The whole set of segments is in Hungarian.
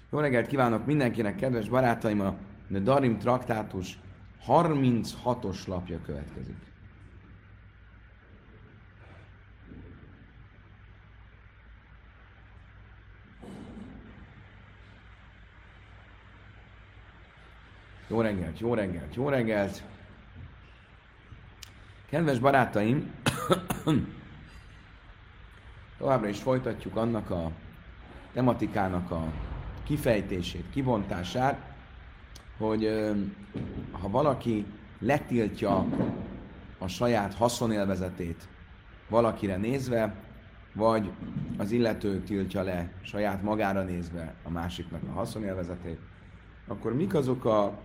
Jó reggelt kívánok mindenkinek, kedves barátaim! A Darim traktátus 36-os lapja következik. Jó reggelt, jó reggelt, jó reggelt! Kedves barátaim, továbbra is folytatjuk annak a tematikának a kifejtését, kibontását, hogy ha valaki letiltja a saját haszonélvezetét valakire nézve, vagy az illető tiltja le saját magára nézve a másiknak a haszonélvezetét, akkor mik azok a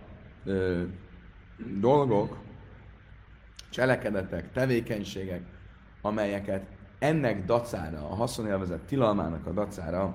dolgok, cselekedetek, tevékenységek, amelyeket ennek dacára, a haszonélvezet tilalmának a dacára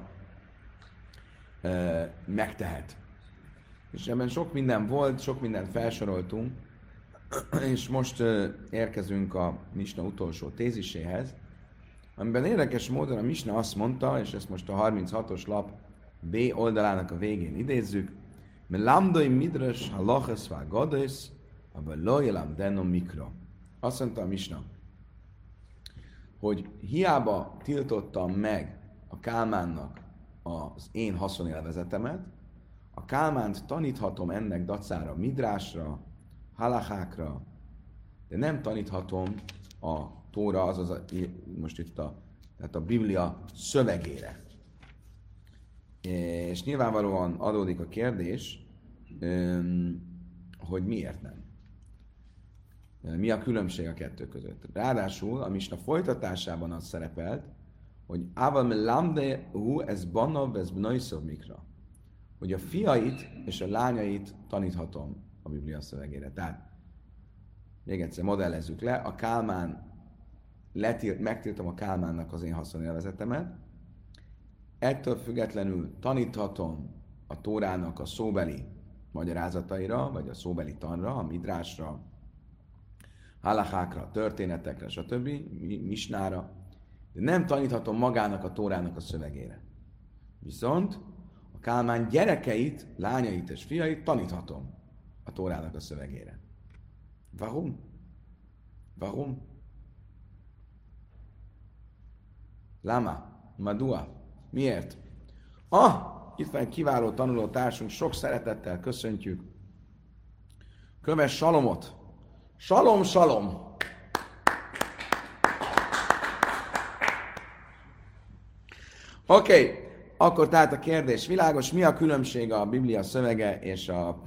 megtehet. És ebben sok minden volt, sok mindent felsoroltunk, és most érkezünk a Misna utolsó téziséhez, amiben érdekes módon a Misna azt mondta, és ezt most a 36-os lap B oldalának a végén idézzük, mert lamdoi midras halachas vá gadis, abban lojelam denom mikro. Azt mondta a Misna, hogy hiába tiltottam meg a Kálmánnak az én haszonélvezetemet, a Kálmánt taníthatom ennek dacára midrásra, halachákra, de nem taníthatom a Tóra, azaz most itt tehát a Biblia szövegére. És nyilvánvalóan adódik a kérdés, hogy miért nem. Mi a különbség a kettő között? Ráadásul a Misna folytatásában az szerepelt, hogy Ával me lamde hu ez banav ez bnaiszov mikra. Hogy a fiait és a lányait taníthatom a Biblia szövegére. Tehát, még egyszer modellezzük le, a Kálmán, megtiltom a Kálmánnak az én haszonélvezetemet, ettől függetlenül taníthatom a Tórának a szóbeli magyarázataira, vagy a szóbeli tanra, a midrásra, halachákra, történetekre, stb., misnára, de nem taníthatom magának a Tórának a szövegére. Viszont a Kálmán gyerekeit, lányait és fiait taníthatom a Tórának a szövegére. Warum? Warum? Lama? Madua? Miért? Itt van egy kiváló tanuló társunk, sok szeretettel köszöntjük. Köves Salomot. Salom, salom! Oké, akkor tehát a kérdés világos. Mi a különbség a Biblia szövege és a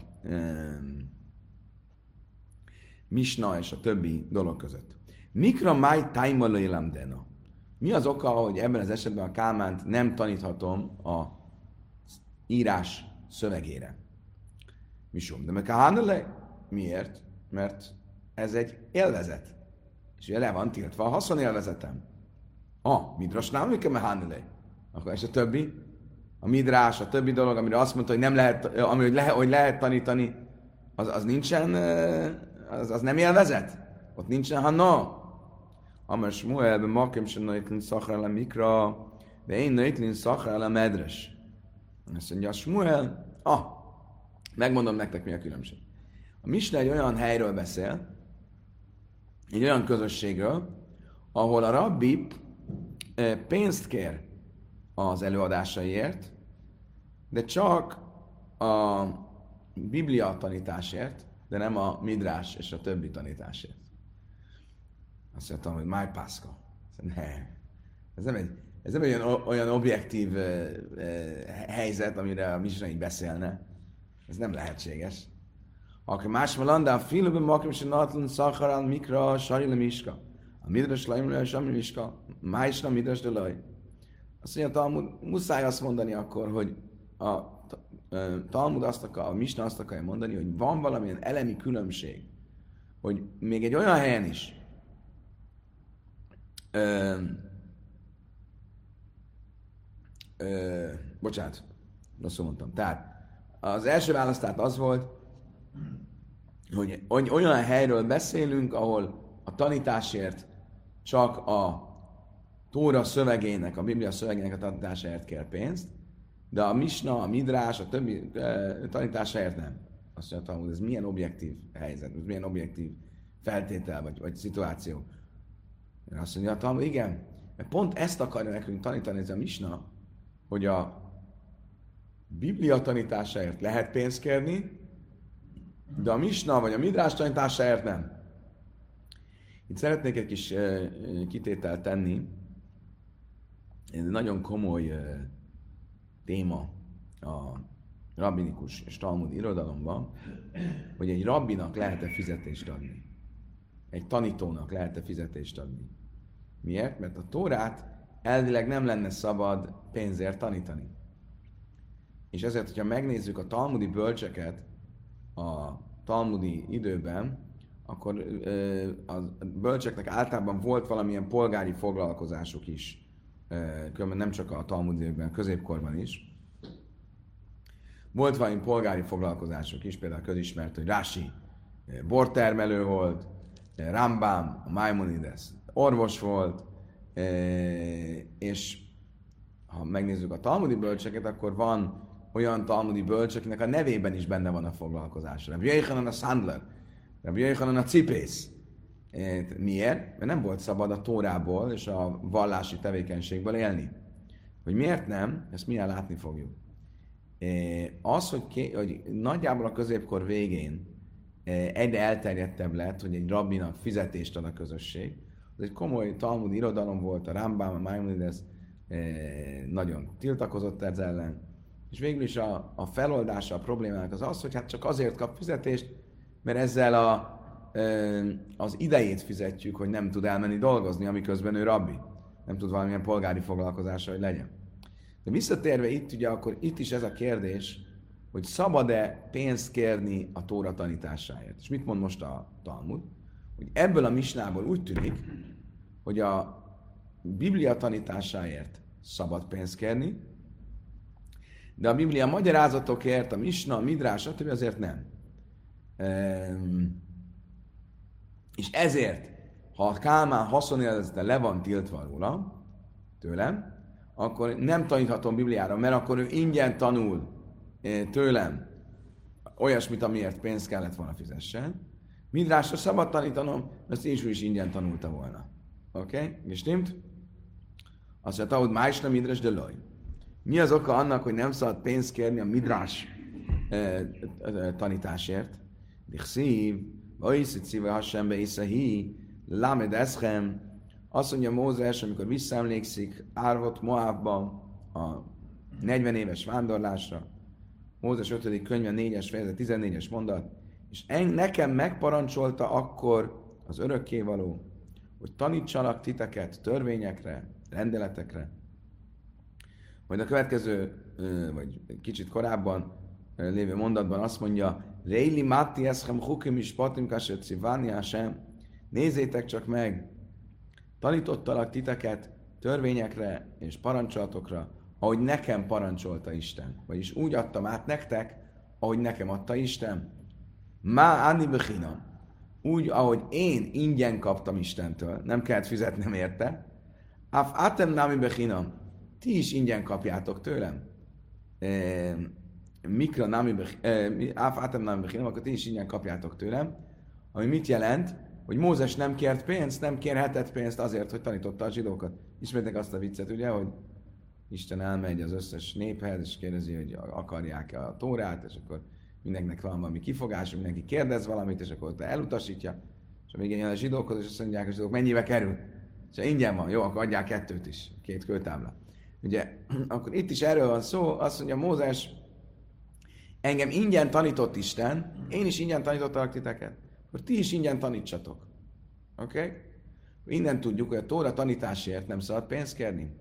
Misna és a többi dolog között? Mikra máj tájmalailam dena? Mi az oka, hogy ebben az esetben a Kálmánt nem taníthatom a írás szövegére? Misom, de meg miért? Mert ez egy élvezet. És ugye le van tiltva a haszonélvezetem. Midras nem működik mehanele. Akkor és a többi? A midrás, a többi dolog, amire azt mondta, hogy nem lehet, hogy lehet tanítani, az nincsen, az nem élvezet? Ott nincsen, Amar Shmuel, makem sem noitlin szachra le mikra, de én noitlin szachra le medres. Azt mondja, Shmuel, megmondom nektek, mi a különbség. A Misna egy olyan helyről beszél, egy olyan közösségről, ahol a rabbi pénzt kér az előadásaiért, de csak a Biblia tanításért, de nem a midrás és a többi tanításért. Azt mondtam, hogy my Pászka. Ez nem egy olyan objektív helyzet, amire a Misna így beszélne. Ez nem lehetséges. Akkor más melandá, filmben makim se natlun szachar mikra, saril miska. A midras lajmra, sami miska, májsna midras de laj. Azt mondja, a Talmud, muszáj azt mondani akkor, hogy a Talmud a Misna azt akarja mondani, hogy van valamilyen elemi különbség, hogy még egy olyan helyen is, bocsánat, rosszul mondtam. Tehát az első választát az volt, hogy olyan helyről beszélünk, ahol a tanításért csak a Tóra szövegének, a Biblia szövegének a tanításáért kér pénzt, de a misna, a midrás, a többi tanításáért nem. Azt mondja, hogy ez milyen objektív helyzet, ez milyen objektív feltétel vagy szituáció. Azt mondja, Talmud, igen, mert pont ezt akarja nekünk tanítani ez a misna, hogy a Biblia tanításáért lehet pénzt kérni, de a misna vagy a midrás tanításáért nem. Itt szeretnék egy kis kitételt tenni. Ez egy nagyon komoly téma a rabbinikus és talmudi irodalomban, hogy egy rabbinak lehet-e fizetést adni. Egy tanítónak lehet-e fizetést adni. Miért? Mert a Tórát elvileg nem lenne szabad pénzért tanítani. És ezért, hogyha megnézzük a talmudi bölcseket a talmudi időben, akkor a bölcseknek általában volt valamilyen polgári foglalkozásuk is, különben nem csak a talmudi időkben, a középkorban is. Volt valami polgári foglalkozásuk is, például közismert, hogy Rási bortermelő volt, Rambam, Maimonides orvos volt, és ha megnézzük a talmudi bölcseket, akkor van olyan talmudi bölcs, akinek a nevében is benne van a foglalkozás. Rabbi Yochanan a Sandler, Rabbi Yochanan a cipész. Miért? Mert nem volt szabad a Tórából és a vallási tevékenységből élni. Hogy miért nem, ezt milyen látni fogjuk. Az, hogy nagyjából a középkor végén egyre elterjedtebb lett, hogy egy rabbinak fizetést ad a közösség. Ez egy komoly talmudi irodalom volt, a Rambam, a Maimonides nagyon tiltakozott ezzel ellen. És végül is a feloldása a problémának az, hogy hát csak azért kap fizetést, mert ezzel az idejét fizetjük, hogy nem tud elmenni dolgozni, amiközben ő rabbi. Nem tud valamilyen polgári foglalkozása, hogy legyen. De visszatérve itt, ugye akkor itt is ez a kérdés, hogy szabad-e pénzt kérni a Tóra tanításáért. És mit mond most a Talmud? Hogy ebből a misnából úgy tűnik, hogy a Biblia tanításáért szabad pénzt kérni, de a Biblia magyarázatokért, a misna, a midrás, stb. Azért nem. És ezért, ha a Kálmán haszonélvezete le van tiltva róla, tőlem, akkor nem taníthatom Bibliára, mert akkor ő ingyen tanul tőlem olyasmit, amiért pénzt kellett volna fizessen. Midrásra szabad tanítanom, ezt én is ingyen tanulta volna. Oké? És stimmt? Azt mondja, hogy májs nem midrás, de loj. Mi az oka annak, hogy nem szabad pénzt kérni a midrás tanításért? Dichszív, oiszit szíve hassembe iszahi, lamed eschem. Azt mondja Mózes, amikor visszaemlékszik Árvot Moábban a 40 éves vándorlásra, Mózes 5. könyve 4-es fejezet 14-es mondat, és nekem megparancsolta akkor az örökkévaló, hogy tanítsalak titeket törvényekre, rendeletekre. Majd a következő, vagy kicsit korábban lévő mondatban azt mondja, Réli Matti eschem hukim is patim kasset szivani Hashem. Nézzétek csak meg, tanítottalak titeket törvényekre és parancsolatokra, ahogy nekem parancsolta Isten. Vagyis úgy adtam át nektek, ahogy nekem adta Isten. Má Anni Bechinam. Úgy, ahogy én ingyen kaptam Istentől, nem kellett fizetnem érte. Af Atem Nami Bechinam. Ti is ingyen kapjátok tőlem. Mikra Nami Bechinam. Af Atem Nami Bechinam, akkor ti is ingyen kapjátok tőlem. Ami mit jelent? Hogy Mózes nem kért pénzt, nem kérhetett pénzt azért, hogy tanította a zsidókat. Ismertek azt a viccet, ugye, hogy Isten elmegy az összes néphez, és kérdezi, hogy akarják-e a Tórát, és akkor mindenkinek van valami kifogás, mindenki kérdez valamit, és akkor elutasítja, és a végén jön a zsidókhoz, és azt mondják, a zsidók, mennyibe kerül? És ingyen van, jó, akkor adják 2 is, 2 kőtábla. Ugye, akkor itt is erről van szó, azt mondja Mózes, engem ingyen tanított Isten, én is ingyen tanítottalak titeket, akkor ti is ingyen tanítsatok. Oké? Okay? Innen tudjuk, hogy a Tóra tanításért nem szabad pénzt kérni.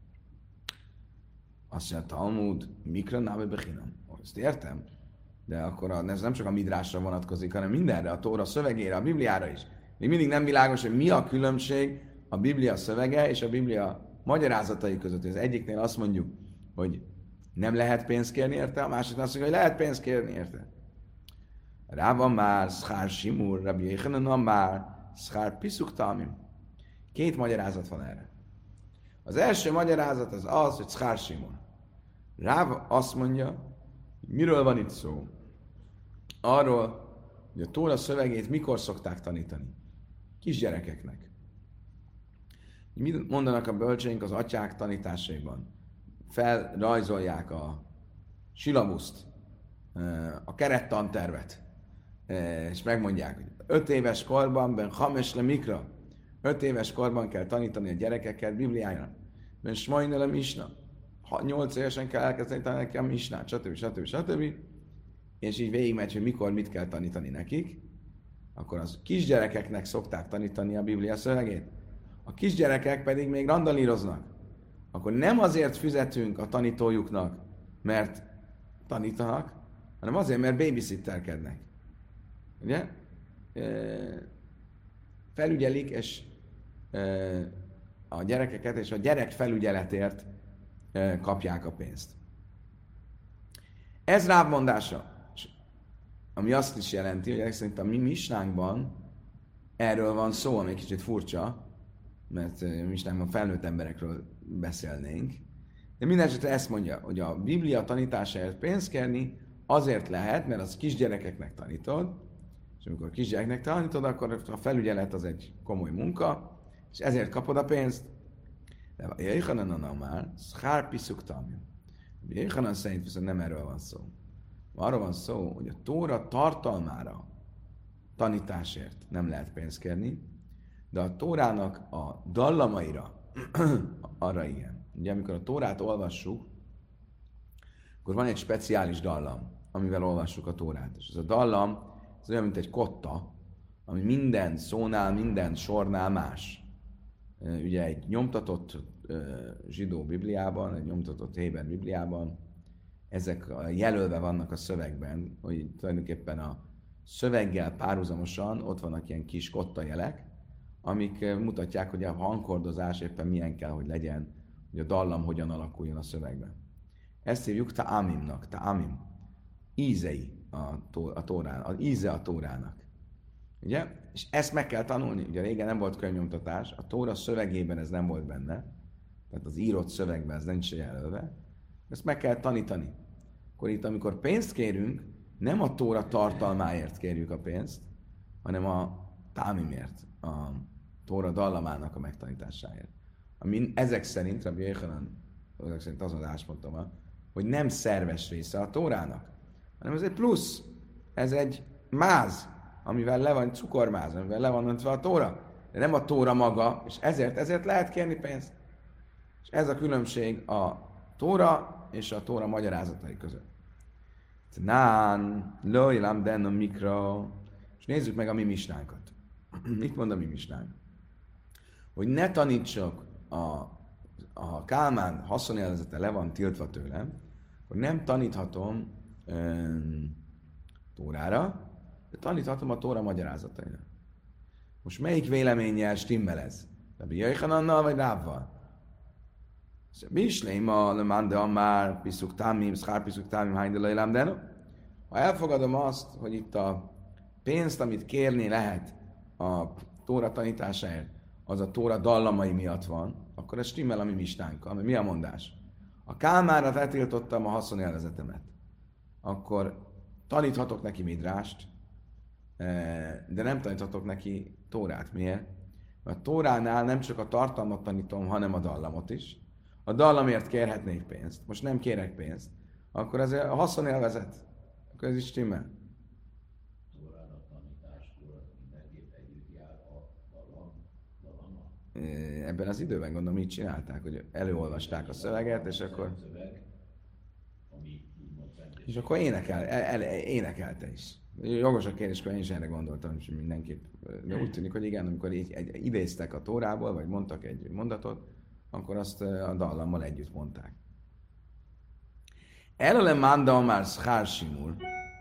Azt mondja, Talmud, mikra náve bechinam. Ezt értem, de akkor ez nem csak a midrásra vonatkozik, hanem mindenre, a Tóra szövegére, a Bibliára is. Még mindig nem világos, hogy mi a különbség a Biblia szövege és a Biblia magyarázatai között. Az egyiknél azt mondjuk, hogy nem lehet pénzt kérni érte, a másiknál azt mondjuk, hogy lehet pénzt kérni érte. Rában már, Szchár Simur, Rabbi Yochanan már, Szchár Piszuk Talmim. 2 magyarázat van erre. Az első magyarázat az, hogy Szchár Simur. Ráv azt mondja, miről van itt szó? Arról, hogy a Tóra szövegét mikor szokták tanítani? Kisgyerekeknek. Mit mondanak a bölcseink az atyák tanításaiban? Felrajzolják a silabuszt, a kerettantervet, és megmondják, hogy 5 éves korban, ben hames le mikra, 5 éves korban kell tanítani a gyerekeket Bibliájára, ben smajna le misna, 8 évesen kell elkezdeni tanítani a misnát, stb. És így végigmegy, hogy mikor mit kell tanítani nekik, akkor az kisgyerekeknek szokták tanítani a Biblia szövegét. A kisgyerekek pedig még randalíroznak. Akkor nem azért fizetünk a tanítójuknak, mert tanítanak, hanem azért, mert babysitterkednek. Ugye? Felügyelik, és a gyerekeket, és a gyerek felügyeletért kapják a pénzt. Ez Ráv mondása, ami azt is jelenti, hogy szerint a mi misnánkban erről van szó, ami egy kicsit furcsa, mert misnánkban felnőtt emberekről beszélnénk. De minden esetre ezt mondja, hogy a Biblia tanításáért pénzt kérni azért lehet, mert az kisgyerekeknek tanítod, és amikor kisgyereknek tanítod, akkor a felügyelet az egy komoly munka, és ezért kapod a pénzt. De a Jéhanan már szárpiszuk tamja. Jéhanan szerint viszont nem erről van szó. Arról van szó, hogy a Tóra tartalmára, tanításért nem lehet pénzt kérni, de a Tórának a dallamaira, arra igen. Ugye amikor a Tórát olvassuk, akkor van egy speciális dallam, amivel olvassuk a Tórát. És ez a dallam, ez olyan, mint egy kotta, ami minden szónál, minden sornál más. Ugye egy nyomtatott zsidó Bibliában, egy nyomtatott héber Bibliában, ezek jelölve vannak a szövegben, hogy tulajdonképpen a szöveggel párhuzamosan ott vannak ilyen kis kottajelek, amik mutatják, hogy a hangkordozás éppen milyen kell, hogy legyen, hogy a dallam hogyan alakuljon a szövegben. Ezt hívjuk ta'amimnak, ta'amim. Ízei a Tórán, az íze a Tórának. Ugye? És ezt meg kell tanulni. Ugye régen nem volt könyvnyomtatás, a Tóra szövegében ez nem volt benne, tehát az írott szövegben ez nincs jelölve. Ezt meg kell tanítani. Akkor itt, amikor pénzt kérünk, nem a Tóra tartalmáért kérjük a pénzt, hanem a támimért, a Tóra dallamának a megtanításáért. Ami ezek szerint, Rabbi Jéhanan, ezek szerint azon ásmondtam, hogy nem szerves része a Tórának, hanem ez egy plusz, ez egy máz, amivel le van, cukormáz, amivel le van öntve a Tóra, de nem a Tóra maga, és ezért lehet kérni pénzt. És ez a különbség a Tóra és a Tóra magyarázatai között. Nán, lojlám denno mikro. És nézzük meg a mi misnánkat. Mit mond a mi misnánk? Hogy ne tanítsok, a Kálmán haszonélvezete le van tiltva tőlem, akkor nem taníthatom Tórára, de taníthatom a Tóra magyarázataira. Most melyik véleménnyel stimmel ez? Rabbi Jéhanannal vagy Rávval? Misléma, lemande már, piszuk támim, szár piszuk támim, hány delajlám deno. Ha elfogadom azt, hogy itt a pénzt, amit kérni lehet a Tóra tanításáért, az a Tóra dallamai miatt van, akkor ez stimmel a mi misnánkkal. Mi a mondás? A Kálmára feltiltottam a haszonélvezetemet. Akkor taníthatok neki midrást, de nem taníthatok neki Tórát. Miért? Mert a Tóránál nem csak a tartalmat tanítom, hanem a dallamot is. A dallamért kérhetnék pénzt. Most nem kérek pénzt. Akkor ez a haszonélvezet. Akkor ez is stimmel. Tórának tanításkor mindenképp együtt jár a dallammal. Ebben az időben gondolom így csinálták, hogy előolvasták a szöveget, és akkor... És akkor énekelte is. Jogos a kérdés, én is erre gondoltam, és mindenképp. De úgy tűnik, hogy igen, amikor így idéztek a Tórából, vagy mondtak egy mondatot, akkor azt a dallammal együtt mondták. Elele manda már szkársimul.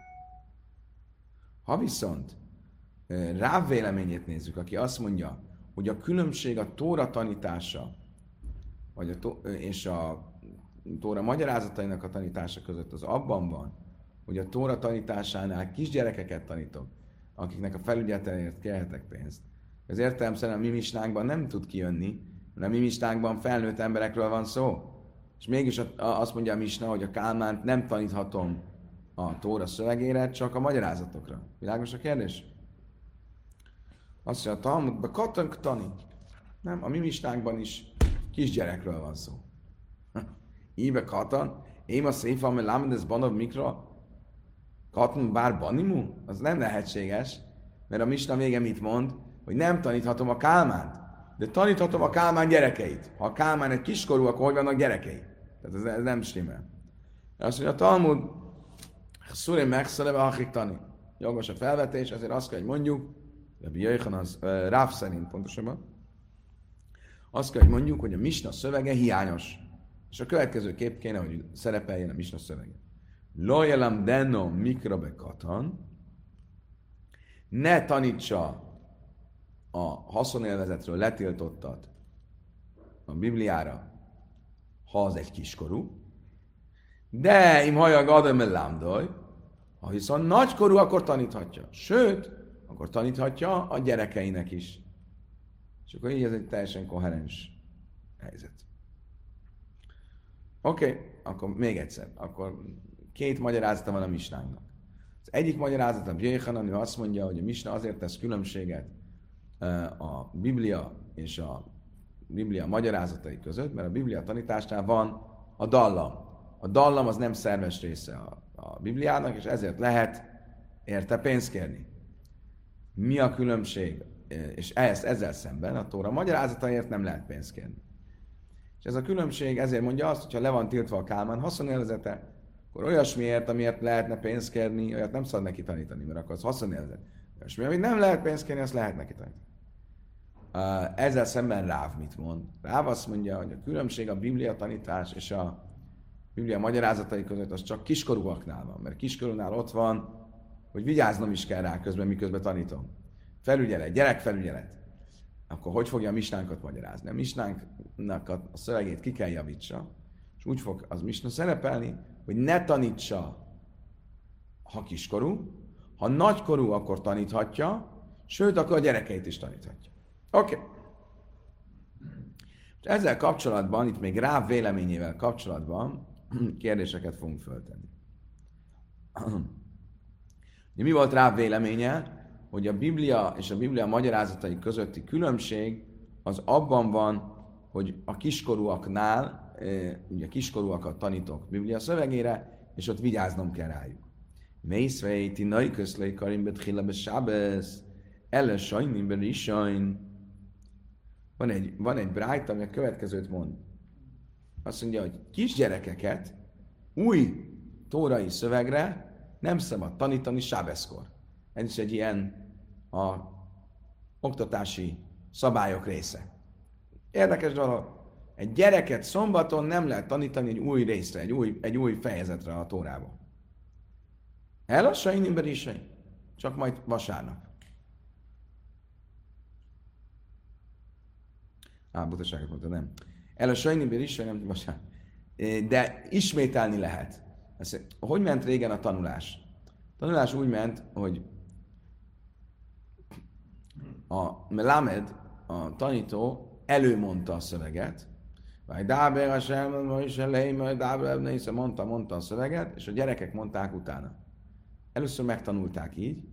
Ha viszont Ráv véleményét nézzük, aki azt mondja, hogy a különbség a Tóra tanítása vagy és a Tóra magyarázatainak a tanítása között az abban van, hogy a Tóra tanításánál kisgyerekeket tanítok, akiknek a felügyeleteért kérhetek pénzt. Az értelemszerűen a mi misnánkban nem tud kijönni, mert a mi misnánkban felnőtt emberekről van szó. és mégis azt mondja a Misna, hogy a Kálmánt nem taníthatom a Tóra szövegére, csak a magyarázatokra. Világos a kérdés? Azt mondja, a Talmudban katank tanít. Nem, a mi misnánkban is kisgyerekről van szó. Íbe katan, én a széfa, mert lámedez banab mikra, katan bár banimu? Az nem lehetséges, mert a misna vége mit mond? Hogy nem taníthatom a Kálmánt, de taníthatom a Kálmán gyerekeit. Ha a Kálmán egy kiskorú, akkor hogy vannak gyerekei? Tehát ez nem stimmel. Azt mondja, a Talmud, szurén megszöleve, akik tanít. Jogos a felvetés, ezért azt kell, hogy mondjuk, Rabbi Jöjjhan az Ráv szerint pontosabban, azt kell, hogy mondjuk, hogy a misna szövege hiányos. És a következő kép kéne, hogy szerepeljen a misna szövege. Lo jelam denno mikra be katan, ne tanítsa a haszonélvezetről letiltottat a Bibliára, ha az egy kiskorú, de im hajag adom el lámdoj, ha viszont nagykorú, akkor taníthatja. Sőt, akkor taníthatja a gyerekeinek is. És akkor így ez egy teljesen koherens helyzet. Oké, akkor még egyszer. Akkor két magyarázata van a misnánknak. Az egyik magyarázat a Bjéhanan, ő azt mondja, hogy a misna azért tesz különbséget a Biblia és a Biblia magyarázatai között, mert a Biblia tanításnál van a dallam. A dallam az nem szerves része a Bibliának, és ezért lehet érte pénzt kérni. Mi a különbség? És ezzel szemben a Tóra magyarázataért nem lehet pénzt kérni. És ez a különbség ezért mondja azt, hogyha le van tiltva a Kálmán haszonélvezete, akkor olyasmiért, amiért lehetne pénzt kérni, olyat nem szabad neki tanítani, mert akkor az haszonélvezet. Olyasmi, amit nem lehet pénzt kérni, azt lehet neki tanítani. Ezzel szemben Ráv mit mond? Ráv azt mondja, hogy a különbség a Biblia tanítás és a Biblia magyarázatai között az csak kiskorúaknál van, mert kiskorúnál ott van, hogy vigyáznom is kell rá közben, miközben tanítom. Felügyelet, gyerekfelügyelet. Akkor hogy fogja a misnánkat magyarázni? A misnánknak a szövegét ki kell javítsa, és úgy fog az misna szerepelni, hogy ne tanítsa, ha kiskorú, ha nagykorú, akkor taníthatja, sőt, akkor a gyerekeit is taníthatja. Oké. És ezzel kapcsolatban, itt még Ráv véleményével kapcsolatban kérdéseket fogunk föltenni. Mi volt Ráv véleménye? Hogy a Biblia és a Biblia magyarázatai közötti különbség az abban van, hogy a kiskorúaknál, ugye kiskorúakat tanítok Biblia szövegére, és ott vigyáznom kell rájuk. Mészvei, ti nai közlei karimbet hillebe sábesz, ellen sajnimben is sajn. Van egy brájt, ami a következőt mond. Azt mondja, hogy kisgyerekeket új tórai szövegre nem szabad tanítani sábeszkor. Ez is egy ilyen a oktatási szabályok része. Érdekes dolog. Egy gyereket szombaton nem lehet tanítani egy új részre, egy új fejezetre a Tórában. Elassain imber is, csak majd vasárnap. Butaságot mondta, nem. Elassain imber is, nem vasárnap. De ismételni lehet. Hogy ment régen a tanulás? A tanulás úgy ment, hogy a melamed, a tanító előmondta a szöveget, vagy dáber a selmen, vagy is elején, vagy dáber mondta a szöveget, és a gyerekek mondták utána. Először megtanulták így,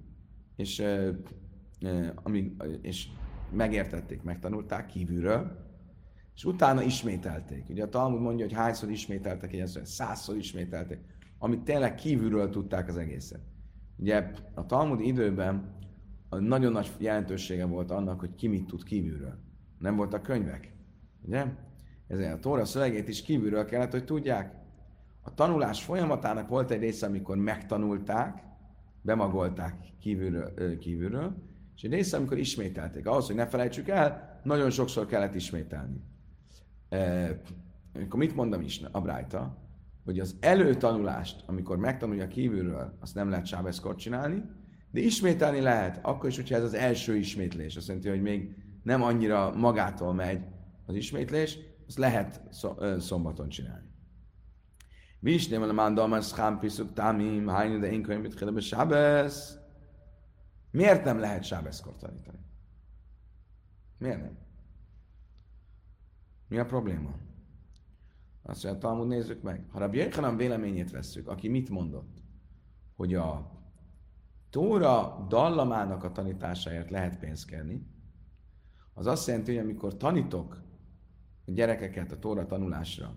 és megértették, megtanulták kívülről, és utána ismételték. Ugye a Talmud mondja, hogy hányszor ismételtek egy ezt, 100-szor ismételték, amit tényleg kívülről tudták az egészet. Ugye a Talmud időben nagyon nagy jelentősége volt annak, hogy ki mit tud kívülről. Nem voltak könyvek. Ugye? Ezért a Tóra szövegét is kívülről kellett, hogy tudják. A tanulás folyamatának volt egy része, amikor megtanulták, bemagolták kívülről, és egy része, amikor ismételték. Ahhoz, hogy ne felejtsük el, nagyon sokszor kellett ismételni. Akkor mit mondom is a brájta? Hogy az előtanulást, amikor megtanulja kívülről, azt nem lehet sábeszkor csinálni, de ismételni lehet, akkor is, hogyha ez az első ismétlés. Azt jelenti, hogy még nem annyira magától megy az ismétlés, azt lehet szombaton csinálni. Visném a mándalmán szám piszuk támim, hányi, de én könyvét kélebe sábesz. Miért nem lehet sábeszkor tanítani? Miért nem? Mi a probléma? Azt mondja, Talmud, nézzük meg. Ha Rabbi Yochanan véleményét vesszük, aki mit mondott? Hogy a Tóra dallamának a tanításáért lehet pénzt kérni, az azt jelenti, hogy amikor tanítok a gyerekeket a Tóra tanulásra,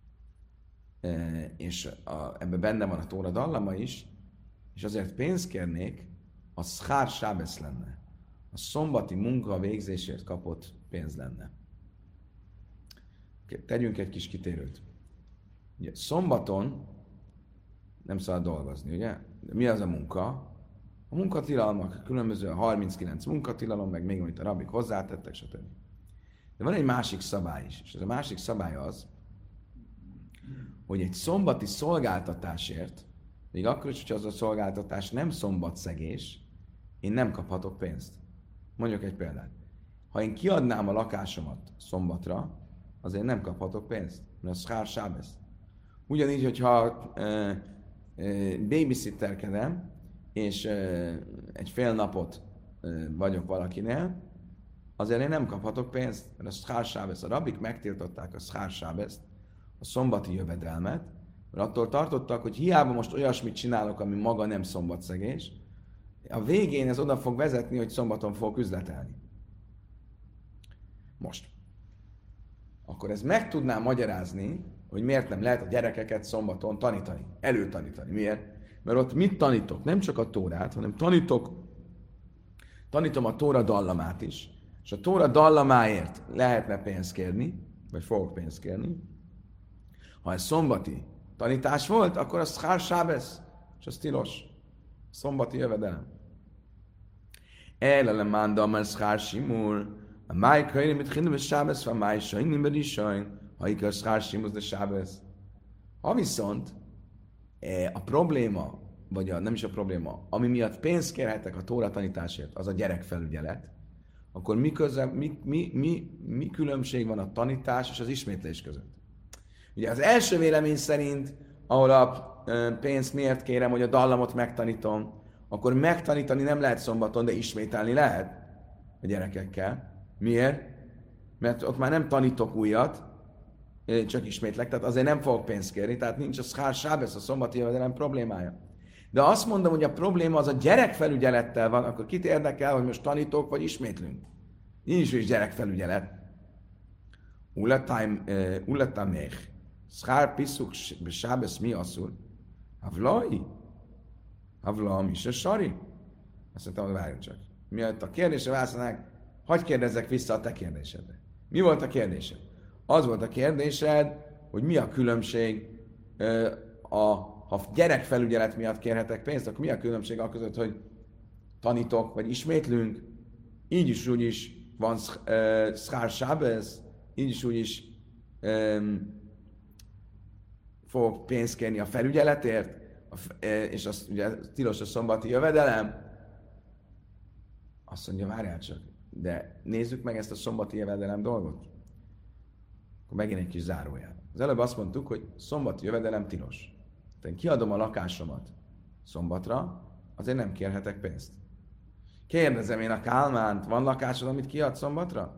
és ebben benne van a Tóra dallama is, és azért pénzt kérnék, az schár sábesz lenne. A szombati munka végzésért kapott pénz lenne. Tegyünk egy kis kitérőt. Ugye, szombaton nem szabad dolgozni, ugye? De mi az a munka? A munkatilalmak, különböző a 39 munkatilalom, meg még amit a rabbik hozzátettek, stb. De van egy másik szabály is, és ez a másik szabály az, hogy egy szombati szolgáltatásért, még akkor is, hogyha az a szolgáltatás nem szombatszegés, én nem kaphatok pénzt. Mondjuk egy példát. Ha én kiadnám a lakásomat szombatra, azért nem kaphatok pénzt, mert az schár sábesz. Ugyanígy, hogyha babysitterkedem, és egy fél napot vagyok valakinél, azért én nem kaphatok pénzt, mert a schár sábesz. A rabbik megtiltották a schár sábeszt, a szombati jövedelmet, mert attól tartottak, hogy hiába most olyasmit csinálok, ami maga nem szombatszegés, a végén ez oda fog vezetni, hogy szombaton fogok üzletelni. Most. Akkor ezt meg tudnám magyarázni, hogy miért nem lehet a gyerekeket szombaton tanítani, előtanítani. Miért? Mert ott mit tanítok? Nem csak a Tórát, hanem tanítom a Tóra dallamát is, és a Tóra dallamáért lehetne pénzt kérni, vagy fogok pénzt kérni. Ha ez szombati tanítás volt, akkor az schár sábesz, és az tilos. Szombati jövedelem. Elele manda, mert schár simul, a máj könyv mit hinnem és sábesz, a máj sajnim beri sajn, ha ikar schár simul, de sábesz. Ha viszont a probléma, vagy nem is a probléma, ami miatt pénzt kérhetek a Tóra tanításért, az a gyerekfelügyelet, akkor mi különbség van a tanítás és az ismétlés között? Ugye az első vélemény szerint, ahol a pénzt miért kérem, hogy a dallamot megtanítom, akkor megtanítani nem lehet szombaton, de ismételni lehet a gyerekekkel. Miért? Mert ott már nem tanítok újat, csak ismétlek, tehát azért nem fogok pénzt kérni, tehát nincs a schár sábesz, a szombati jövedelem problémája. De azt mondom, hogy a probléma az a gyerekfelügyelettel van, akkor kit érdekel, hogy most tanítok, vagy ismétlünk? Nincs is gyerekfelügyelet. Ulatamech. Schár piszuk sábesz mi asszul? Havlai? Havlam is a sari? Azt mondtam, hogy várjunk csak. Miatt a kérdésre válaszolnák, hagyj kérdezzek vissza a te kérdésedre. Mi volt a kérdésed? Az volt a kérdésed, hogy mi a különbség, ha gyerekfelügyelet miatt kérhetek pénzt, akkor mi a különbség a között, hogy tanítok, vagy ismétlünk, így is úgy is van schár sábesz, így is úgy is fogok pénzt kérni a felügyeletért, és az ugye tilos a szombati jövedelem. Azt mondja, várjál csak, de nézzük meg ezt a szombati jövedelem dolgot. Akkor megint egy kis zárójel. Az előbb azt mondtuk, hogy szombati jövedelem tilos. Tehát kiadom a lakásomat szombatra, azért nem kérhetek pénzt. Kérdezem én a Kálmánt, van lakásod, amit kiad szombatra?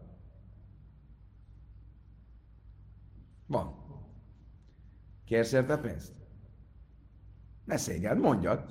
Van. Kérsz érte pénzt? Ne szégyeld, mondjad.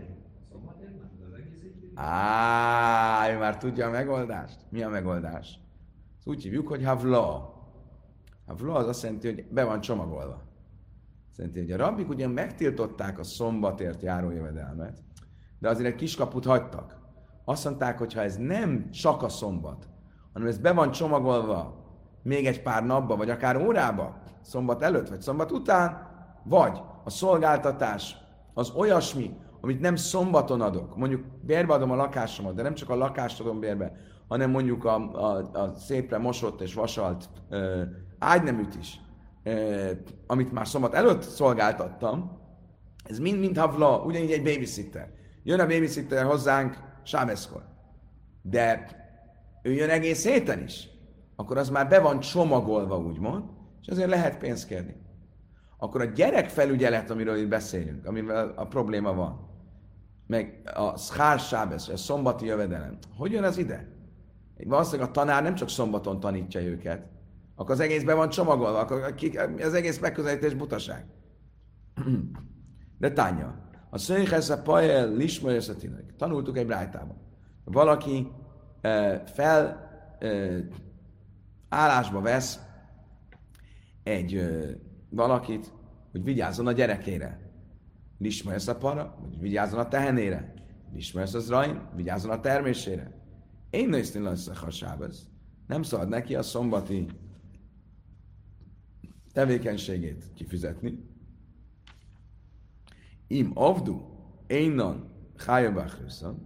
Ő már tudja a megoldást. Mi a megoldás? Ezt úgy hívjuk, hogy havla. Havla az azt jelenti, hogy be van csomagolva. Azt jelenti, hogy a rabbik ugyan megtiltották a szombatért járó jövedelmet, de azért egy kiskaput hagytak. Azt mondták, hogy ha ez nem csak a szombat, hanem ez be van csomagolva még egy pár napba, vagy akár órába, szombat előtt, vagy szombat után, vagy a szolgáltatás az olyasmi, amit nem szombaton adok, mondjuk bérbe adom a lakásomat, de nem csak a lakást adom bérbe, hanem mondjuk a szépre mosott és vasalt ágyneműt is, amit már szombat előtt szolgáltattam, ez mind havla, ugyanígy egy babysitter. Jön a babysitter hozzánk sábeszkor, de ő jön egész héten is, akkor az már be van csomagolva, úgymond, és azért lehet pénzt kérni. Akkor a gyerekfelügyelet, amiről itt beszélünk, amivel a probléma van, meg a schár sábesz, a szombati jövedelem, hogy jön az ide? Valószínűleg a tanár nem csak szombaton tanítja őket, akkor az egész be van csomagolva, akkor az egész megközelítés butaság. De tánya. A szöjjhez pajel lisma összetinek. Tanultuk egy brájtában. Valaki állásba vesz valakit, hogy vigyázzon a gyerekére. Lisma a para, hogy vigyázzon a tehenére. Lisma az rajn, vigyázzon a termésére. Én néztem lesz a sábez. Nem szabad neki a szombati tevékenységét kifizetni. Im avdu, énnan, hájabáchrösszön.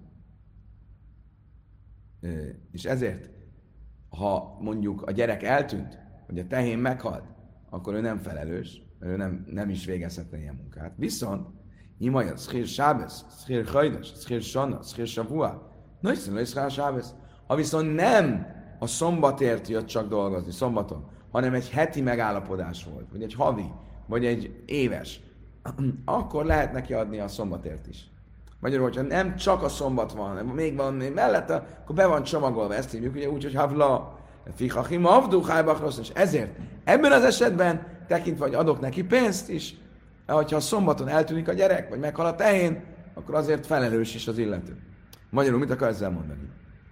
És ezért, ha mondjuk a gyerek eltűnt, vagy a tehén meghalt, akkor ő nem felelős, mert ő nem is végezhetne ilyen munkát. Viszont, imaja, szchír sábez, szchír hajdes, szchír sanna, szchír savua, nagyszerűen lesz sábez. Ha viszont nem a szombatért jött csak dolgozni, szombaton, hanem egy heti megállapodás volt, vagy egy havi, vagy egy éves, akkor lehet neki adni a szombatért is. Magyarul, hogyha nem csak a szombat van, még van még mellette, akkor be van csomagolva, ezt hívjuk ugye úgy, hogy havla, fichachim, avdu, hájbach, és ezért ebben az esetben tekintve, hogy adok neki pénzt is, hogyha a szombaton eltűnik a gyerek, vagy meghal a tehén, akkor azért felelős is az illető. Magyarul mit akar ezzel mondani?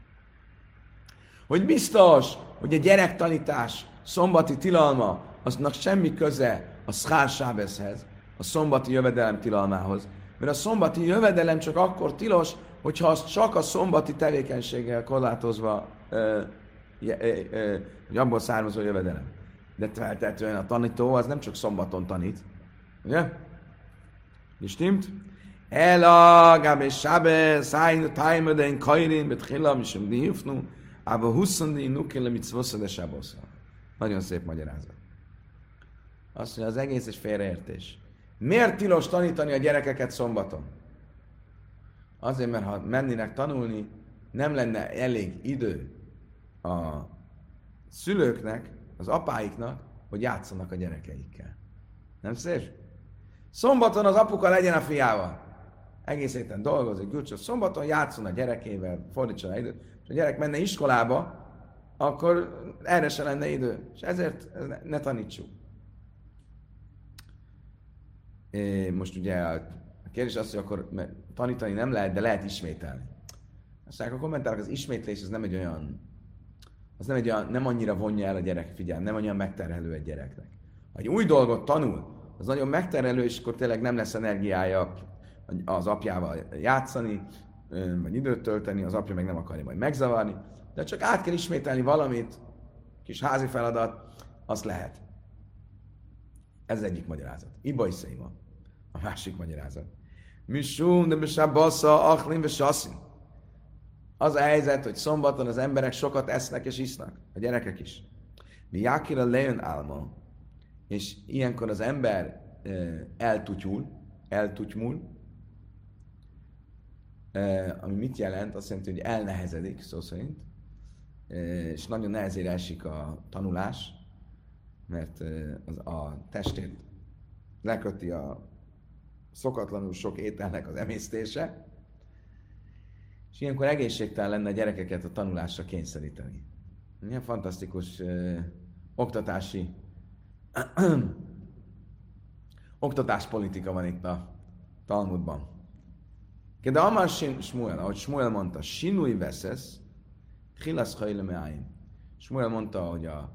Hogy biztos, hogy a gyerektanítás szombati tilalma, aznak semmi köze a szchár sábezhez, a szombati jövedelem tilalmához. Mert a szombati jövedelem csak akkor tilos, hogyha az csak a szombati tevékenységgel korlátozva, hogy abból származó jövedelem. De feltetően a tanító az nem csak szombaton tanít. Ugye? Stimmt? Ela, gabe sábe, szájn, tájmödein, kajrin, betchilla, misum dihifnu, ába huszandi, nukele, mitzvosza, de sábosza. Nagyon szép magyarázat. Azt mondja, az egész egy félreértés. Miért tilos tanítani a gyerekeket szombaton? Azért, mert ha mennének tanulni, nem lenne elég idő a szülőknek, az apáiknak, hogy játszanak a gyerekeikkel. Nem szép? Szombaton az apuka legyen a fiával. Egész héten dolgozik, gyurcsos. Szombaton játszon a gyerekével, fordítson a időt. És a gyerek menne iskolába, akkor erre se lenne idő. És ezért ne tanítsuk. Most ugye a kérdés az, hogy akkor tanítani nem lehet, de lehet ismételni. Aztán a kommentárok, az ismétlés az nem egy olyan, nem annyira vonja el a gyerek figyelmet, nem annyira megterhelő egy gyereknek. Ha egy új dolgot tanul, az nagyon megterhelő, és akkor tényleg nem lesz energiája az apjával játszani, vagy időt tölteni, az apja meg nem akarja majd megzavarni, de csak át kell ismételni valamit, kis házi feladat, azt lehet. Ez az egyik magyarázat. Iba is széma. A másik magyarázat. Misum de besabassa achlin besassin. Az a helyzet, hogy szombaton az emberek sokat esznek és isznak. A gyerekek is. Mi jákira lejön álma. És ilyenkor az ember eltutymul, ami mit jelent? Azt jelenti, hogy elnehezedik, szó szerint, és nagyon nehezére esik a tanulás, mert a testét leköti a szokatlanul sok ételnek az emésztése, és ilyenkor egészségtelen lenne a gyerekeket a tanulásra kényszeríteni. Milyen fantasztikus oktatáspolitika van itt a Talmudban. De Amar Shmuel, ahogy Shmuel mondta, Sinui veszesz, Chilasz hajle meáim. Shmuel mondta, hogy a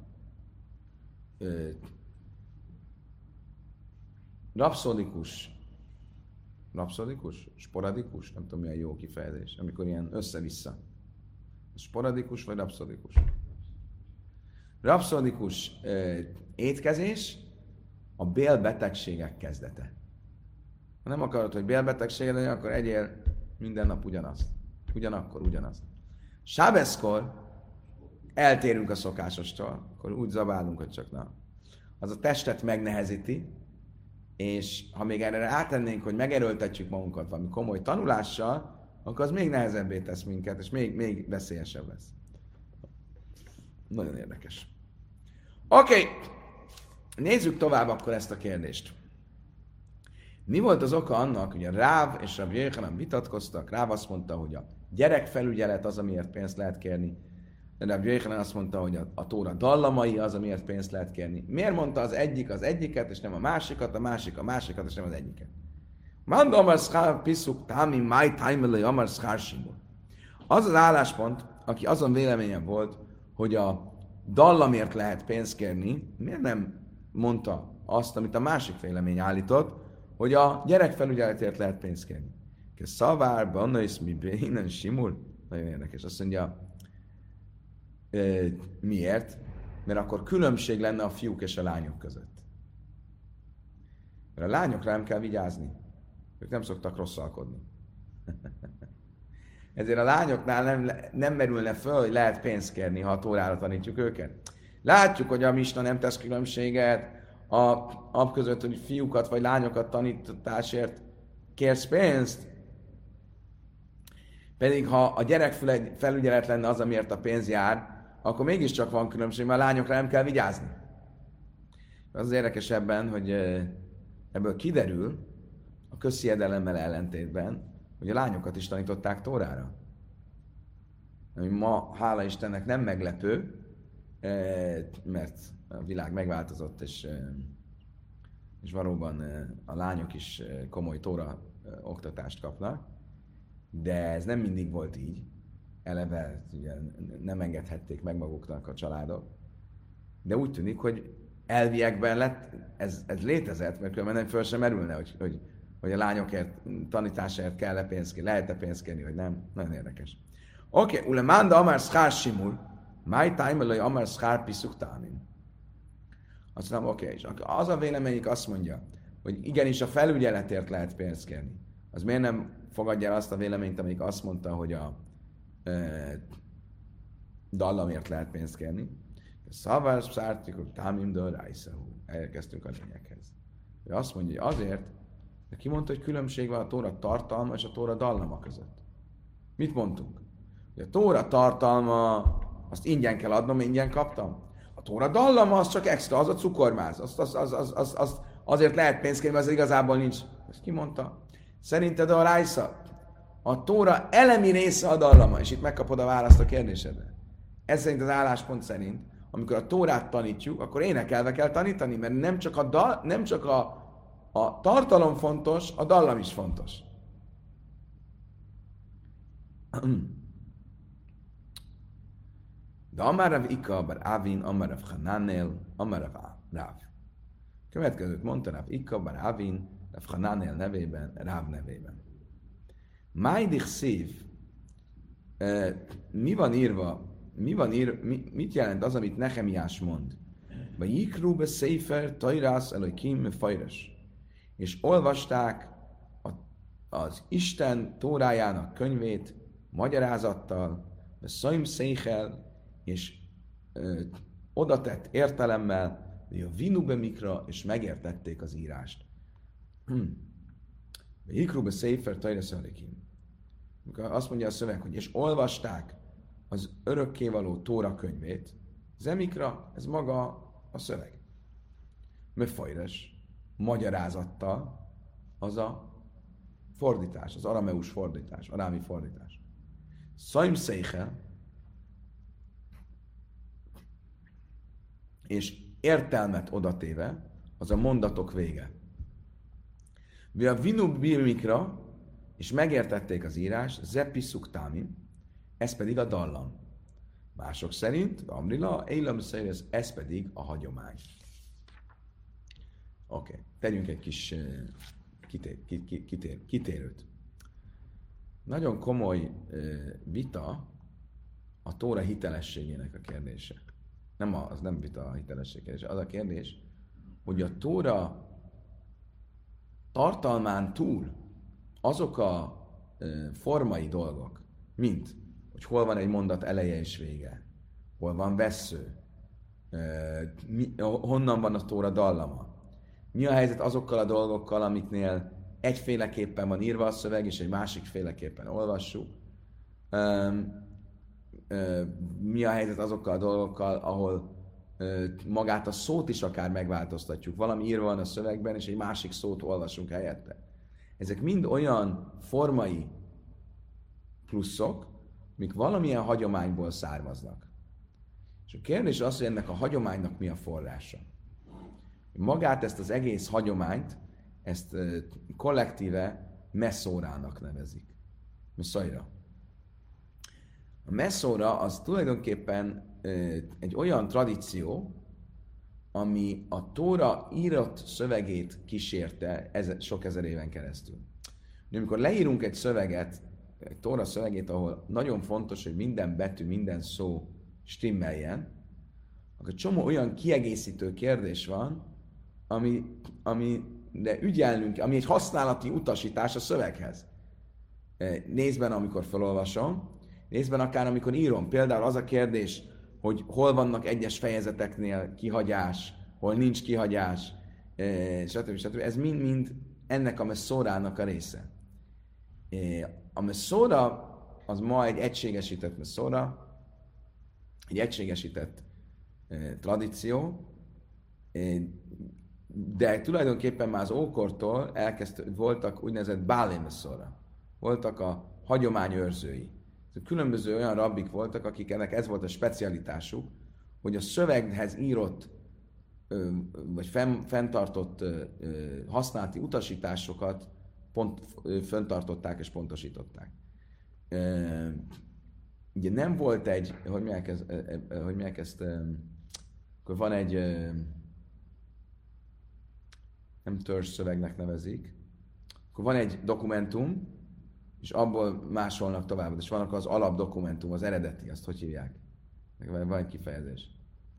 sporadikus, nem tudom mi a jó kifejezés, amikor ilyen össze-vissza. Sporadikus vagy rapszodikus? Rapszodikus étkezés a bélbetegségek kezdete. Ha nem akarod, hogy bélbetegséged legyen, akkor egyél minden nap ugyanazt. Ugyanazt. Sábeszkor eltérünk a szokásostól, akkor úgy zabálunk, hogy csak na. Az a testet megnehezíti, és ha még erre rátennénk, hogy megerőltetjük magunkat valami komoly tanulással, akkor az még nehezebbé tesz minket, és még veszélyesebb lesz. Nagyon érdekes. Oké, nézzük tovább akkor ezt a kérdést. Mi volt az oka annak, hogy a Ráv és Rav Jéhanan vitatkoztak? Ráv azt mondta, hogy a gyerekfelügyelet az, amiért pénzt lehet kérni. Rabbi Yochanan azt mondta, hogy a Tóra dallamai az, amiért pénzt lehet kérni. Miért mondta az egyik az egyiket, és nem a másikat, a másikat, és nem az egyiket? Mand amar szchár piszuk támi máj tájmelői amar szchár simul. Az az álláspont, aki azon véleményen volt, hogy a dallamért lehet pénzt kérni, miért nem mondta azt, amit a másik vélemény állított, hogy a gyerekfelügyeletért lehet pénzt kérni. Szavár, banna mi innen simul. Nagyon érdekes. Azt mondja, miért? Mert akkor különbség lenne a fiúk és a lányok között. Mert a lányokra nem kell vigyázni. Ők nem szoktak rosszalkodni. Ezért a lányoknál nem merülne föl, hogy lehet pénzt kérni, ha a Tórára tanítjuk őket. Látjuk, hogy a Misna nem tesz különbséget a között, hogy fiúkat vagy lányokat tanításért kérsz pénzt, pedig ha a gyerek felügyelet lenne az, amiért a pénz jár, akkor mégiscsak van különbség, mert a lányokra nem kell vigyázni. Az érdekes ebben, hogy ebből kiderül a közhiedelemmel ellentétben, hogy a lányokat is tanították Tórára. Ami ma, hála Istennek, nem meglepő, mert a világ megváltozott, és valóban a lányok is komoly Tóra oktatást kapnak, de ez nem mindig volt így. Eleve ugye, nem engedhették meg maguknak a családok. De úgy tűnik, hogy elviekben lett, ez létezett, mert különben nem föl sem merülne, hogy a lányokért, tanításért kell-e pénzt kérni, lehet-e pénzt kérni, vagy nem. Nagyon érdekes. Oké, ule manda amár szchár simul, máj tájmelői amár szchár piszuk támin. Azt mondom, oké, és az a véleményük azt mondja, hogy igenis a felügyeletért lehet pénzt kérni. Az miért nem fogadja el azt a véleményt, amelyik azt mondta, hogy a dallamért lehet pénzt kérni? Szavár szártikok támim de rájszahú. Elkezdtünk a lényeghez. Ő azt mondja, hogy azért, de ki mondta, hogy különbség van a Tóra tartalma és a Tóra dallama között? Mit mondtunk? Hogy a Tóra tartalma, azt ingyen kell adnom, ingyen kaptam. A Tóra dallama, az csak extra, az a cukormáz. Azért lehet pénzt kérni, mert az igazából nincs. Ezt ki mondta? Szerinted a rájsza? A Tóra elemi része a dallama, és itt megkapod a választ a kérdésedre. Ez szerint az álláspont szerint, amikor a Tórát tanítjuk, akkor énekelve kell tanítani, mert nem csak a tartalom fontos, a dallam is fontos. De Amarav Ika, Bar Avin, Amarav Hanánél, Amarav Ráv. Következőt mondta Rav Ika, Bar Avin, Rav Hanánél nevében, Ráv nevében. Májdich szív, mit jelent az, amit Nehemiás mond? Vagy Jikru be Sefer, Tajrász, Elokim, me Fajres. És olvasták az Isten Tórájának könyvét magyarázattal, be Szaim Széchel, és odatett értelemmel, hogy a Vinu be Mikra, és megértették az írást. Jikru be Sefer, Tajrász, Elokim. Azt mondja a szöveg, hogy és olvasták az örökkévaló Tóra könyvét, Zemikra, ez maga a szöveg. Mefajres, magyarázattal, az a fordítás, az arameus fordítás, arámi fordítás. Szaim Szeichel, és értelmet odatéve, az a mondatok vége. Mi a Vinu Bilmikra, és megértették az írás, Zepiszuk Támim, ez pedig a dallam. Mások szerint, Amrila, Eilam Szerez, ez pedig a hagyomány. Oké, tegyünk egy kis kitérőt. Nagyon komoly vita a Tóra hitelességének a kérdése. Az nem vita a hitelesség kérdése, az a kérdés, hogy a Tóra tartalmán túl azok a formai dolgok, mint hogy hol van egy mondat eleje és vége, hol van vessző, honnan van a Tóra dallama, mi a helyzet azokkal a dolgokkal, amiknél egyféleképpen van írva a szöveg, és egy másikféleképpen olvassuk, mi a helyzet azokkal a dolgokkal, ahol magát a szót is akár megváltoztatjuk. Valami írva van a szövegben, és egy másik szót olvasunk helyette. Ezek mind olyan formai pluszok, mik valamilyen hagyományból származnak. És a kérdés az, hogy ennek a hagyománynak mi a forrása. Magát ezt az egész hagyományt, ezt kollektíve messzórának nevezik. Messzaira. A messzóra az tulajdonképpen egy olyan tradíció, ami a Tóra írott szövegét kísérte sok ezer éven keresztül. Amikor leírunk egy szöveget, egy Tóra szövegét, ahol nagyon fontos, hogy minden betű, minden szó stimmeljen, akkor csomó olyan kiegészítő kérdés van, de ügyelnünk, ami egy használati utasítás a szöveghez. Nézben, amikor felolvasom, nézben akár, amikor írom. Például az a kérdés, hogy hol vannak egyes fejezeteknél kihagyás, hol nincs kihagyás, stb. Ez mind ennek a messzórának a része. A messzóra az ma egy egységesített messzóra, egy egységesített tradíció, de tulajdonképpen már az ókortól voltak úgynevezett bálé messzóra. Voltak a hagyományőrzői. Különböző olyan rabbik voltak, akik ennek ez volt a specialitásuk, hogy a szöveghez írott vagy fenntartott használati utasításokat fenntartották és pontosították. Ugye nem volt egy, hogy mondják ezt, akkor van egy, nem törzsszövegnek nevezik, akkor van egy dokumentum, és abból másolnak tovább, és vannak az alapdokumentum, az eredeti, azt hogy hívják? Van egy kifejezés.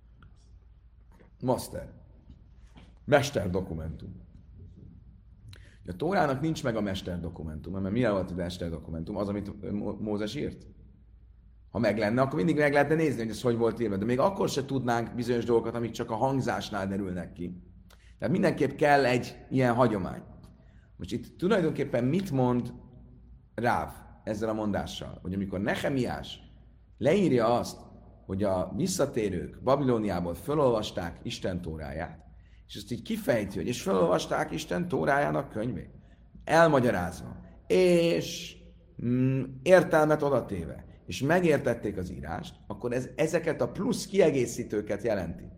Master. Mester dokumentum. A Tórának nincs meg a mester dokumentum, mert mi volt a mester dokumentum? Az, amit Mózes írt. Ha meg lenne, akkor mindig meg lehetne nézni, hogy ez hogy volt írva. De még akkor se tudnánk bizonyos dolgokat, amik csak a hangzásnál derülnek ki. Tehát mindenképp kell egy ilyen hagyomány. Most itt tulajdonképpen mit mond Ráv ezzel a mondással? Hogy amikor Nehemiás leírja azt, hogy a visszatérők Babilóniából felolvasták Isten Tóráját, és ezt így kifejti, hogy és felolvasták Isten Tórájának könyvét, elmagyarázva, és értelmet odatéve, és megértették az írást, akkor ezeket a plusz kiegészítőket jelenti.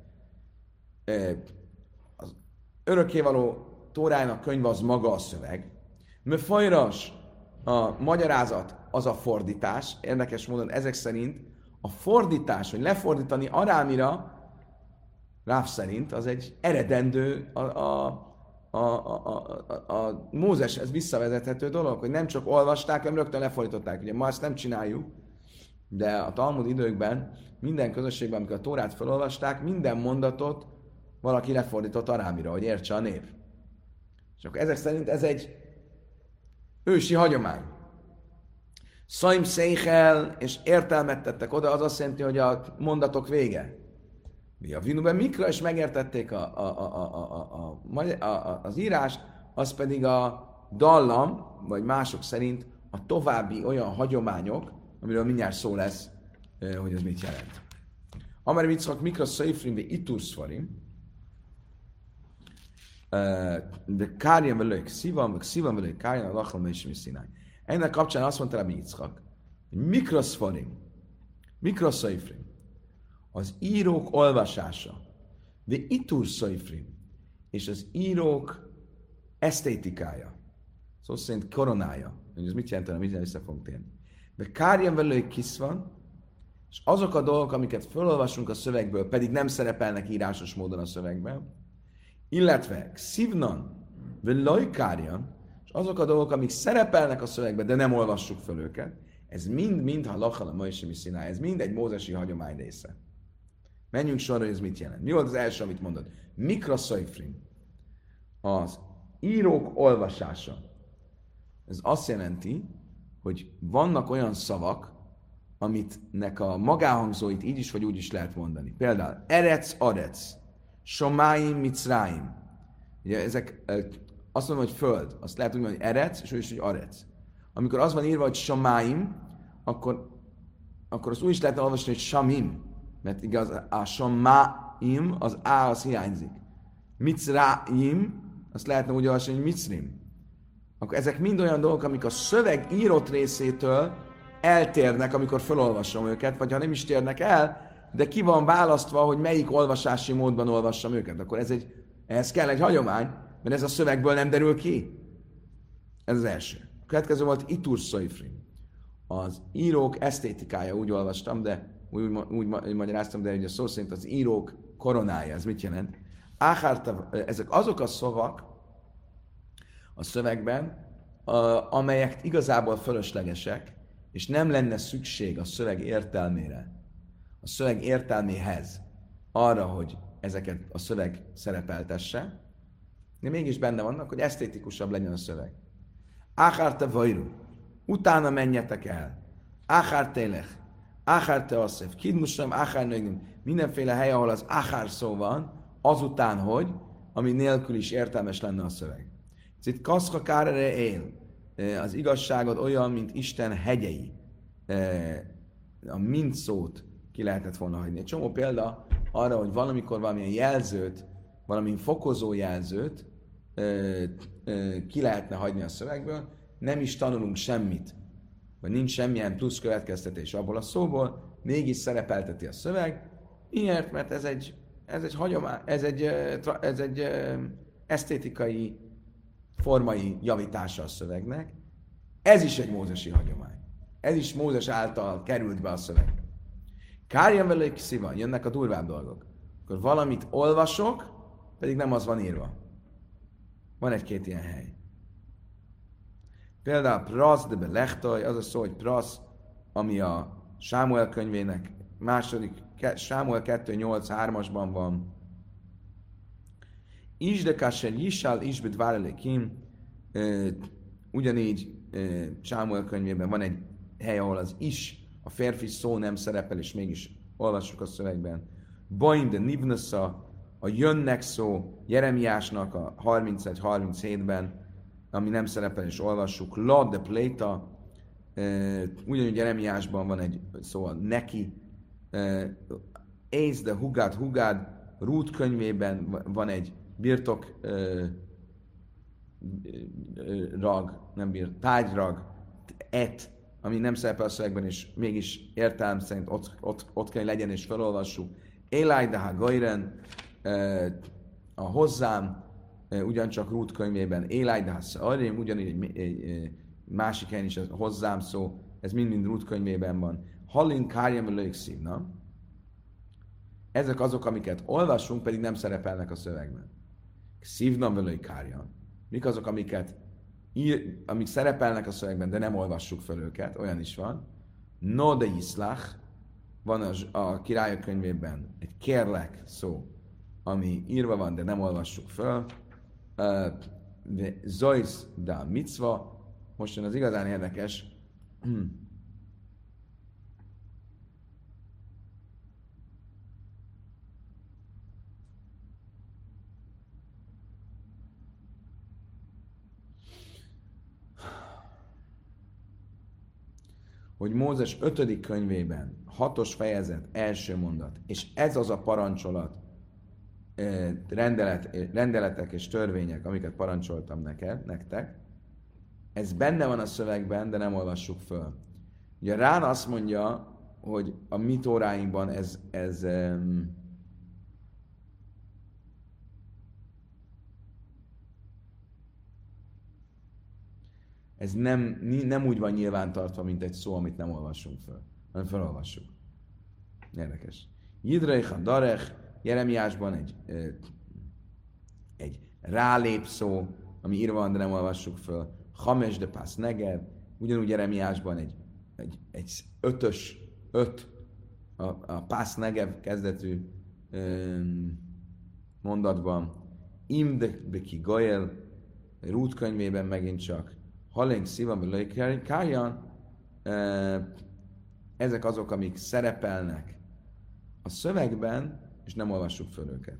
Az örökkévaló Tórájának könyve az maga a szöveg, Mefajras a magyarázat az a fordítás, érdekes módon ezek szerint a fordítás, hogy lefordítani arámira, Ráv szerint, az egy eredendő, a Mózeshez visszavezethető dolog, hogy nem csak olvasták, hanem rögtön lefordították. Ugye ma ezt nem csináljuk, de a Talmud időkben minden közösségben, amikor a Tórát felolvasták, minden mondatot valaki lefordított arámira, hogy értse a nép. És akkor ezek szerint ez egy ősi hagyomány. Szaim széjhel, és értelmet tettek oda, az azt jelenti, hogy a mondatok vége. Mi a Vinuben Mikra, és megértették az írást, az pedig a dallam, vagy mások szerint a további olyan hagyományok, amiről mindjárt szó lesz, hogy ez mit jelent. Amár Vitzchak Mikra Szöjfrim, vagy Iturszfarim, de Kárján velők szívan velők Kárján a Lachlam és Misszinány. Ennek kapcsán azt mondta Rabbi Yitzchak, hogy Mikroszfarim, Mikroszöjfrim, az írók olvasása, de Iturszöjfrim, és az írók esztétikája, szó szerint koronája, hogy ez mit jelent, amit vissza fogunk térni. De Kárján velők kiszvan, és azok a dolgok, amiket felolvasunk a szövegből, pedig nem szerepelnek írásos módon a szövegben, illetve Xivnan, vagy Kárján, és azok a dolgok, amik szerepelnek a szövegben, de nem olvassuk fel őket, ez mind ha lachal a Misszinály, ez mind egy mózesi hagyomány része. Menjünk sorra, hogy ez mit jelent. Mi volt az első, amit mondod? Mikroszöjfrim, az írók olvasása. Ez azt jelenti, hogy vannak olyan szavak, amitnek a magáhangzóit így is vagy úgy is lehet mondani. Például Erec, Arec, Somáim, Micráim. Ugye ezek, azt mondom, hogy föld, azt lehet úgy mondani, hogy Erec, és úgy is, hogy Arec. Amikor az van írva, hogy Somáim, akkor azt úgy is lehet olvasni, hogy Samim, mert igaz, a Somáim, az A az hiányzik. Micráim, azt lehetne úgy olvasni, hogy Micrim. Akkor ezek mind olyan dolgok, amik a szöveg írott részétől eltérnek, amikor felolvasom őket, vagy ha nem is térnek el, de ki van választva, hogy melyik olvasási módban olvassam őket. Akkor ehhez kell egy hagyomány, mert ez a szövegből nem derül ki. Ez az első. A következő volt Itur Szojfri. Az írók esztétikája, úgy olvastam, de úgy magyaráztam, de ugye szó szerint az írók koronája, ez mit jelent? Ezek azok a szavak a szövegben, amelyek igazából fölöslegesek, és nem lenne szükség a szöveg értelmére, a szöveg értelméhez arra, hogy ezeket a szöveg szerepeltesse, de mégis benne vannak, hogy esztétikusabb legyen a szöveg. Áhárte vajru, utána menjetek el. Áhárte élech, áhárte asszef, kidmussam, áhár nőgnim. Mindenféle hely, ahol az áhár szó van, azután, hogy, ami nélkül is értelmes lenne a szöveg. Itt kaszka kárere él. Az igazságod olyan, mint Isten hegyei. A mint szót ki lehetett volna hagyni. Egy csomó példa arra, hogy valamikor valamilyen jelzőt, valamilyen fokozó jelzőt ki lehetne hagyni a szövegből, nem is tanulunk semmit, vagy nincs semmilyen plusz következtetés abból a szóból, mégis szerepelteti a szöveg. Miért? Mert ez egy hagyomány, ez egy esztétikai, formai javítása a szövegnek. Ez is egy mózesi hagyomány. Ez is Mózes által került be a szöveg. Kárjan vele szíva, jönnek a durvább dolgok. Akkor valamit olvasok, pedig nem az van írva. Van egy-két ilyen hely. Például prasz de belechtaj, az a szó, hogy prasz, ami a Sámuel könyvének második, Sámuel 2.8.3-asban van. Isdekásel Jisál Isbet Várelekim, ugyanígy Sámuel könyvében van egy hely, ahol az is, a férfi szó nem szerepel, és mégis olvassuk a szövegben. Boim de Nivnasza, a jönnek szó Jeremiásnak a 31-37-ben, ami nem szerepel, és olvassuk. La de Pléta, ugyanúgy Jeremiásban van egy szó, a neki. Ész de Hugád, Rút könyvében van egy birtok tárgyrag, ami nem szerepel a szövegben, és mégis értelem szerint ott kell legyen, és felolvassuk. Élaj de Hagajren, a hozzám, ugyancsak Rút könyvében, Élaj de Hasszarim, ugyanígy egy másik helyen is a hozzám szó, ez mind Rút könyvében van. Halin kárjem lők szívna. Ezek azok, amiket olvasunk, pedig nem szerepelnek a szövegben. Szívnam velői kárjan. Mik azok, amik szerepelnek a szövegben, de nem olvassuk fel őket, olyan is van. No de iszlach, van a királyok könyvében egy kérlek szó, ami írva van, de nem olvassuk föl. Zois da mitzva, most jön az igazán érdekes. Hogy Mózes 5. könyvében, 6. fejezet, első mondat, és ez az a parancsolat, rendeletek és törvények, amiket parancsoltam nektek, ez benne van a szövegben, de nem olvassuk föl. Ugye Rán azt mondja, hogy a mi tóráinkban ez nem úgy van nyilvántartva, mint egy szó, amit nem olvassunk föl, hanem felolvassuk. Érdekes. Jidreichan Darech, Jeremiásban egy rálép szó, ami írva van, de nem olvassuk föl. Hames de Pász Negev, ugyanúgy Jeremiásban egy 5 a Pász Negev kezdetű mondatban. Im de Beki Goyel, Rút könyvében megint csak Halénk szívam, kárjan, ezek azok, amik szerepelnek a szövegben, és nem olvassuk föl őket.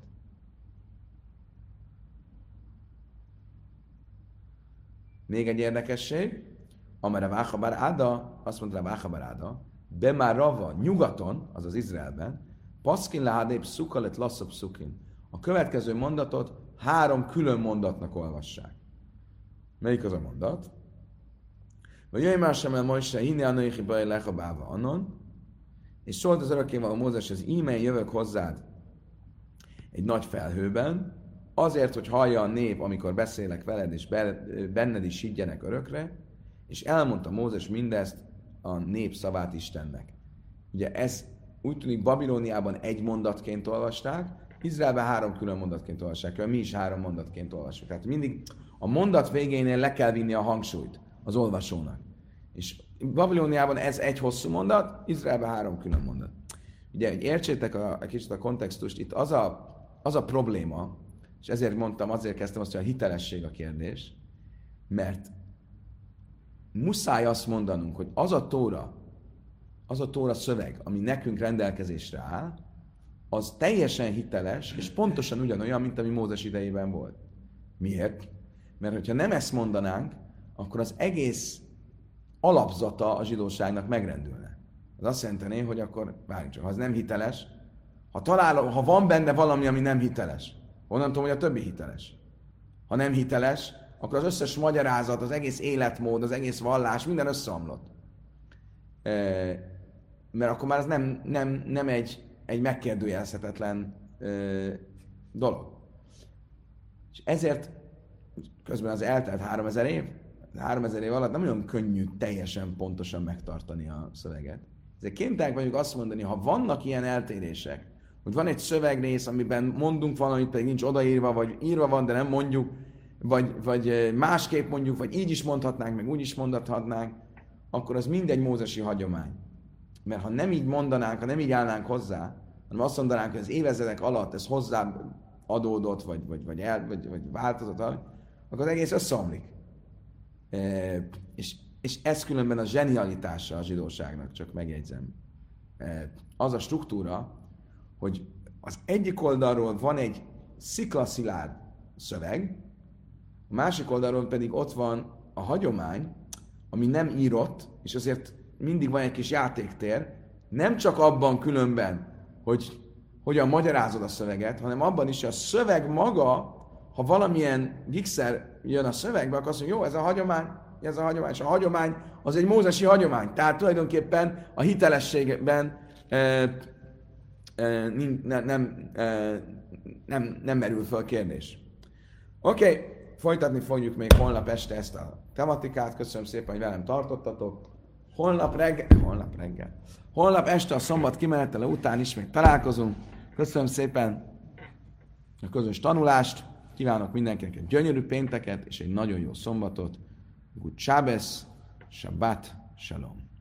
Még egy érdekesség, amire Váchabar Áda, azt mondta Váchabar Áda, be már rava nyugaton, azaz Izraelben, paszkin lehádép szukalet lasszabb szukin. A következő mondatot 3 külön mondatnak olvassák. Melyik az a mondat? Vagy jöjj már sem el Mojse, hinni a női baj lecha báva annon. És szólt az örökkévaló Mózes, az íme jövök hozzád egy nagy felhőben, azért, hogy hallja a nép, amikor beszélek veled, és benned is higgyenek örökre, és elmondta Mózes mindezt a nép szavát Istennek. Ugye ez úgy tűnik Babilóniában egy mondatként olvasták, Izraelben 3 külön mondatként olvassák, mi is 3 mondatként olvasjuk. Tehát mindig a mondat végénél le kell vinni a hangsúlyt az olvasónak. És Babilóniában ez egy hosszú mondat, Izraelben 3 külön mondat. Ugye, hogy értsétek egy kicsit a kontextust, itt az a probléma, és azért kezdtem azt, hogy a hitelesség a kérdés, mert muszáj azt mondanunk, hogy az a tóra szöveg, ami nekünk rendelkezésre áll, az teljesen hiteles, és pontosan ugyanolyan, mint ami Mózes idejében volt. Miért? Mert hogyha nem ezt mondanánk, akkor az egész alapzata a zsidóságnak megrendülne. Ez azt jelenteni, hogy akkor, várjunk csak, ha ez nem hiteles, ha van benne valami, ami nem hiteles, honnan tudom, hogy a többi hiteles? Ha nem hiteles, akkor az összes magyarázat, az egész életmód, az egész vallás, minden összeomlott. Mert akkor már ez nem egy megkérdőjelezhetetlen dolog. És ezért közben az eltelt 3000 év, 3000 év alatt nem olyan könnyű teljesen pontosan megtartani a szöveget. Ezért kénytelenek vagyunk azt mondani, ha vannak ilyen eltérések, hogy van egy szövegrész, amiben mondunk valamit, pedig nincs odaírva, vagy írva van, de nem mondjuk, vagy másképp mondjuk, vagy így is mondhatnánk, meg úgy is mondhatnánk, akkor az mindegy mózesi hagyomány. Mert ha nem így mondanánk, ha nem így állnánk hozzá, hanem azt mondanánk, hogy az évezredek alatt ez hozzá adódott, vagy változott, akkor az egész összeomlik. És ez különben a zsenialitása a zsidóságnak, csak megjegyzem. Az a struktúra, hogy az egyik oldalról van egy sziklaszilárd szöveg, a másik oldalról pedig ott van a hagyomány, ami nem írott, és azért mindig van egy kis játéktér, nem csak abban különben, hogy hogyan magyarázod a szöveget, hanem abban is, hogy a szöveg maga, ha valamilyen gigszer jön a szövegbe, akkor azt mondja, jó, ez a hagyomány, és a hagyomány az egy mózesi hagyomány. Tehát tulajdonképpen a hitelességben nem merül fel a kérdés. Oké, folytatni fogjuk még holnap este ezt a tematikát. Köszönöm szépen, hogy velem tartottatok. Holnap este a szombat kimenetele után ismét találkozunk. Köszönöm szépen a közös tanulást. Kívánok mindenkinek egy gyönyörű pénteket és egy nagyon jó szombatot. Good Shabbos, Shabbat, Shalom.